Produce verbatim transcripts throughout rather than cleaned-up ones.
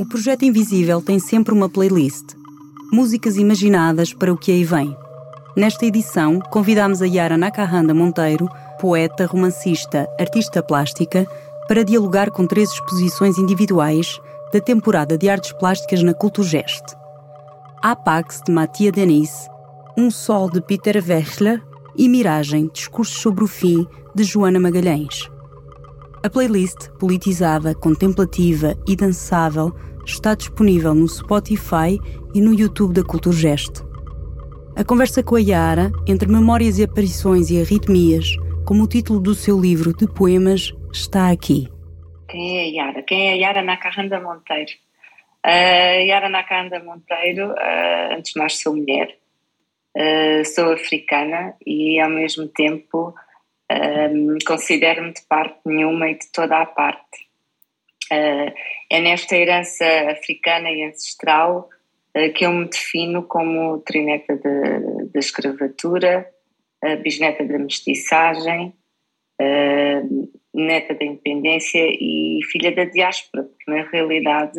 O Projeto Invisível tem sempre uma playlist. Músicas imaginadas para o que aí vem. Nesta edição, convidámos a Yara Nakahanda Monteiro, poeta, romancista, artista plástica, para dialogar com três exposições individuais da temporada de artes plásticas na Culturgest. Apax, de Mattia Denis, Um Sol, de Peter Wechsler e Miragem, Discursos sobre o Fim, de Joana Magalhães. A playlist, politizada, contemplativa e dançável, está disponível no Spotify e no YouTube da Culturgest. A conversa com a Yara, entre memórias e aparições e arritmias, como o título do seu livro de poemas, está aqui. Quem é a Yara? Quem é a Yara Nakahanda Monteiro? A uh, Yara Nakahanda Monteiro, uh, antes de mais sou mulher, uh, sou africana e ao mesmo tempo um, considero-me de parte nenhuma e de toda a parte. Uh, é nesta herança africana e ancestral uh, que eu me defino como trineta da escravatura, uh, bisneta da mestiçagem, uh, neta da independência e filha da diáspora, porque na realidade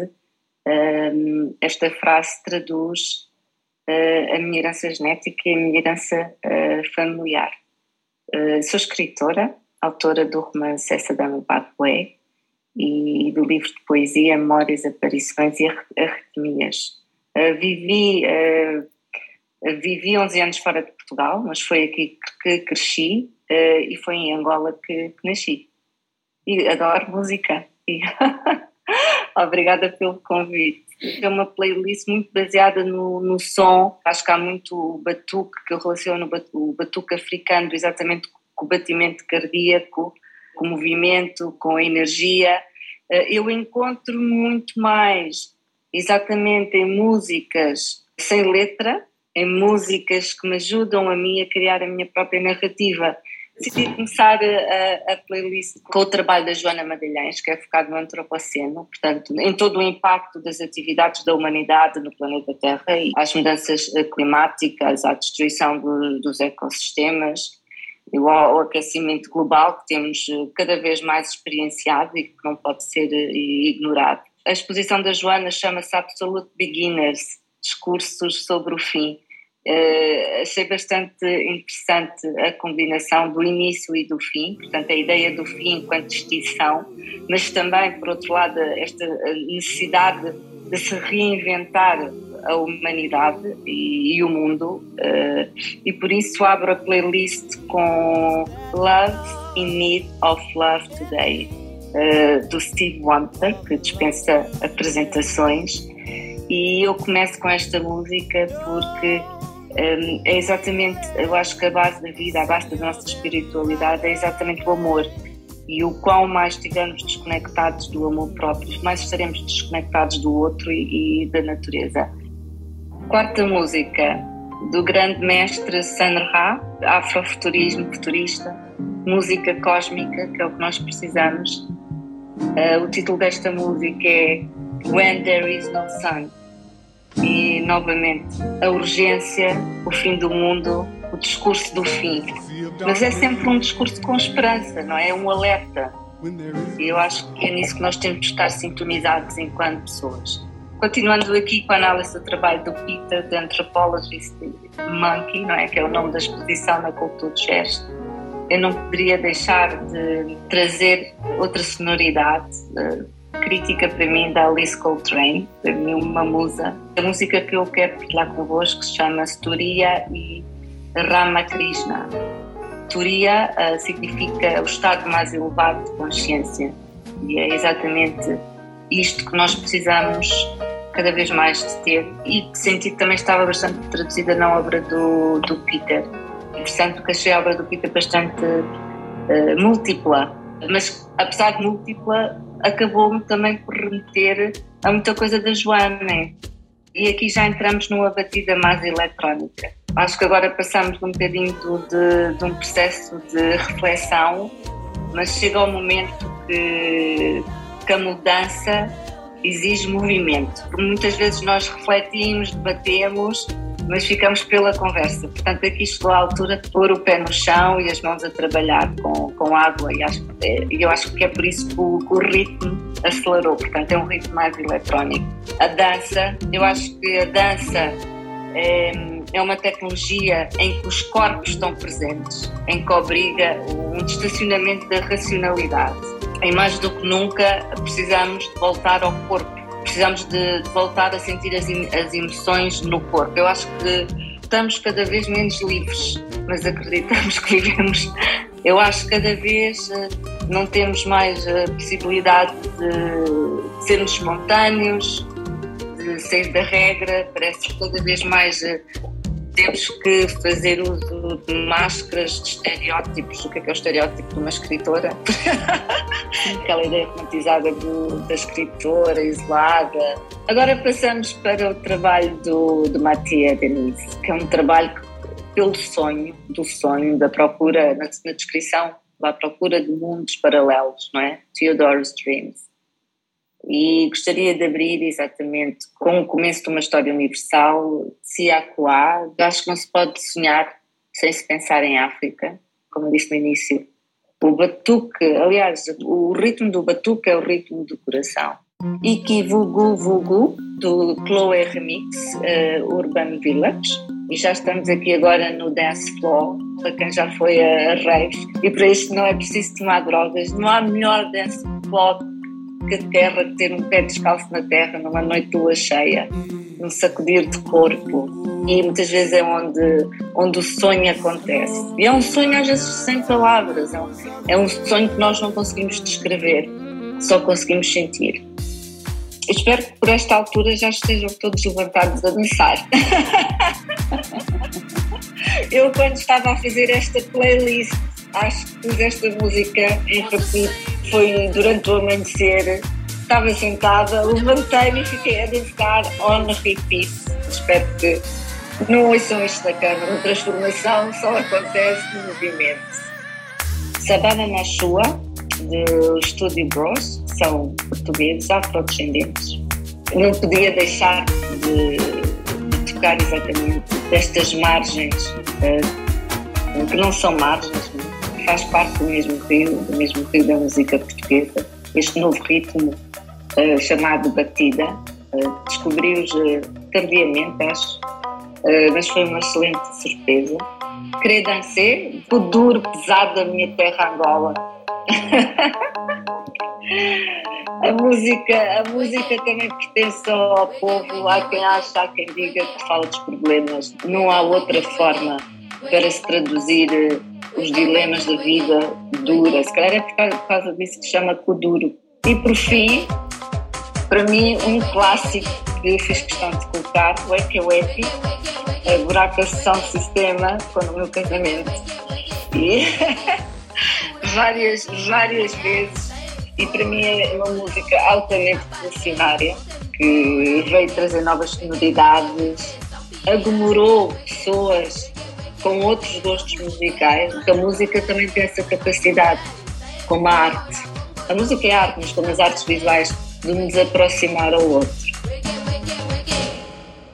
uh, esta frase traduz uh, a minha herança genética e a minha herança uh, familiar. Uh, sou escritora, autora do romance Essa Dama Pathway e do livro de poesia Memórias, Aparições e Arritmias. Uh, vivi, uh, vivi onze anos fora de Portugal, mas foi aqui que cresci uh, e foi em Angola que, que nasci. E adoro música. E obrigada pelo convite. É uma playlist muito baseada no, no som. Acho que há muito o batuque, que eu relaciono o batuque africano exatamente com o batimento cardíaco, com o movimento, com a energia. Eu encontro muito mais exatamente em músicas sem letra, em músicas que me ajudam a mim a criar a minha própria narrativa. Decidi começar a, a playlist com o trabalho da Joana Magalhães, que é focado no antropoceno, portanto, em todo o impacto das atividades da humanidade no planeta Terra e às mudanças climáticas, à destruição do, dos ecossistemas, e ao aquecimento global que temos cada vez mais experienciado e que não pode ser ignorado. A exposição da Joana chama-se Absolute Beginners, Discursos sobre o Fim. Uh, achei bastante interessante a combinação do início e do fim, portanto a ideia do fim enquanto extinção, mas também, por outro lado, esta necessidade de se reinventar a humanidade e, e o mundo, uh, e por isso abro a playlist com Love in Need of Love Today, uh, do Steve Wonder, que dispensa apresentações, e eu começo com esta música porque Um, é exatamente, eu acho que a base da vida, a base da nossa espiritualidade é exatamente o amor, e o quão mais estivermos desconectados do amor próprio, mais estaremos desconectados do outro e, e da natureza. Quarta música, do grande mestre Sun Ra, afrofuturismo, futurista, música cósmica, que é o que nós precisamos. Uh, o título desta música é When There Is No Sun. E, novamente, a urgência, o fim do mundo, o discurso do fim. Mas é sempre um discurso com esperança, não é? É um alerta. E eu acho que é nisso que nós temos de estar sintonizados enquanto pessoas. Continuando aqui com a análise do trabalho do Peter, The Anthropologist Monkey, não é? Que é o nome da exposição na Culturgest. Eu não poderia deixar de trazer outra sonoridade, crítica para mim da Alice Coltrane, para mim uma musa. A música que eu quero partilhar convosco se chama Turiya e Ramakrishna. Turiya uh, significa o estado mais elevado de consciência, e é exatamente isto que nós precisamos cada vez mais de ter, e que senti que também estava bastante traduzida na obra do, do Peter. Portanto, que achei a obra do Peter bastante uh, múltipla, mas apesar de múltipla, acabou-me também por remeter a muita coisa da Joana. E aqui já entramos numa batida mais eletrónica. Acho que agora passamos um bocadinho de, de um processo de reflexão, mas chega o momento que, que a mudança exige movimento. Porque muitas vezes nós refletimos, debatemos, mas ficamos pela conversa. Portanto, aqui chegou a altura de pôr o pé no chão e as mãos a trabalhar com, com água, e acho, eu acho que é por isso que o, que o ritmo acelerou, portanto é um ritmo mais eletrónico. A dança, eu acho que a dança é, é uma tecnologia em que os corpos estão presentes, em que obriga um distanciamento da racionalidade. Em mais do que nunca precisamos de voltar ao corpo, precisamos de, de voltar a sentir as, as emoções no corpo. Eu acho que estamos cada vez menos livres, mas acreditamos que vivemos. Eu acho que cada vez não temos mais a possibilidade de sermos espontâneos, de sair da regra. Parece que cada vez mais temos que fazer uso de máscaras, de estereótipos. O que é que é o estereótipo de uma escritora? Aquela ideia romantizada do, da escritora isolada. Agora passamos para o trabalho do, do Mathieu Denis, que é um trabalho que, pelo sonho, do sonho, da procura, na, na descrição, da procura de mundos paralelos, não é? Theodore's Dreams. E gostaria de abrir exatamente com o começo de uma história universal, Tsiakoa. Acho que não se pode sonhar sem se pensar em África, como eu disse no início. O batuque, aliás, o ritmo do batuque é o ritmo do coração. Iki Vugu Vugu, do Chloe Remix, uh, Urban Village. E já estamos aqui agora no dance floor, para quem já foi a, a rave. E para isto não é preciso tomar drogas. Não há melhor dance floor que a terra, ter um pé descalço na terra numa noite de lua cheia, um sacudir de corpo. E muitas vezes é onde, onde o sonho acontece. E é um sonho às vezes sem palavras, é um, é um sonho que nós não conseguimos descrever, só conseguimos sentir. Eu espero que por esta altura já estejam todos levantados a dançar. Eu, quando estava a fazer esta playlist, acho que pus esta música em repeat, foi durante o amanhecer, estava sentada, levantei-me e fiquei a dançar on repeat. Espero que não ouçam isto na câmara, a transformação só acontece no movimento. Sabana Machua, do Estúdio Bros, são portugueses, afrodescendentes. Não podia deixar de, de tocar exatamente destas margens, uh, que não são margens, não? Faz parte do mesmo rio, do mesmo rio da música portuguesa. Este novo ritmo uh, chamado batida, uh, descobri-os uh, tardiamente, acho, uh, mas foi uma excelente surpresa. Querer dançar, o duro, pesado da minha terra Angola. A música, a música também pertence ao povo. Há quem acha, há quem diga que fala dos problemas. Não há outra forma para se traduzir os dilemas da vida dura. Se calhar é por causa, por causa disso que se chama Kuduro. E por fim, para mim, um clássico que eu fiz questão de colocar, o Weki Weki, a buraca Sound Sistema, foi no meu casamento. E várias, várias vezes. E para mim é uma música altamente revolucionária, que veio trazer novas sonoridades, aglomerou pessoas com outros gostos musicais, porque a música também tem essa capacidade, como a arte. A música é arte, mas como as artes visuais, de nos aproximar ao outro.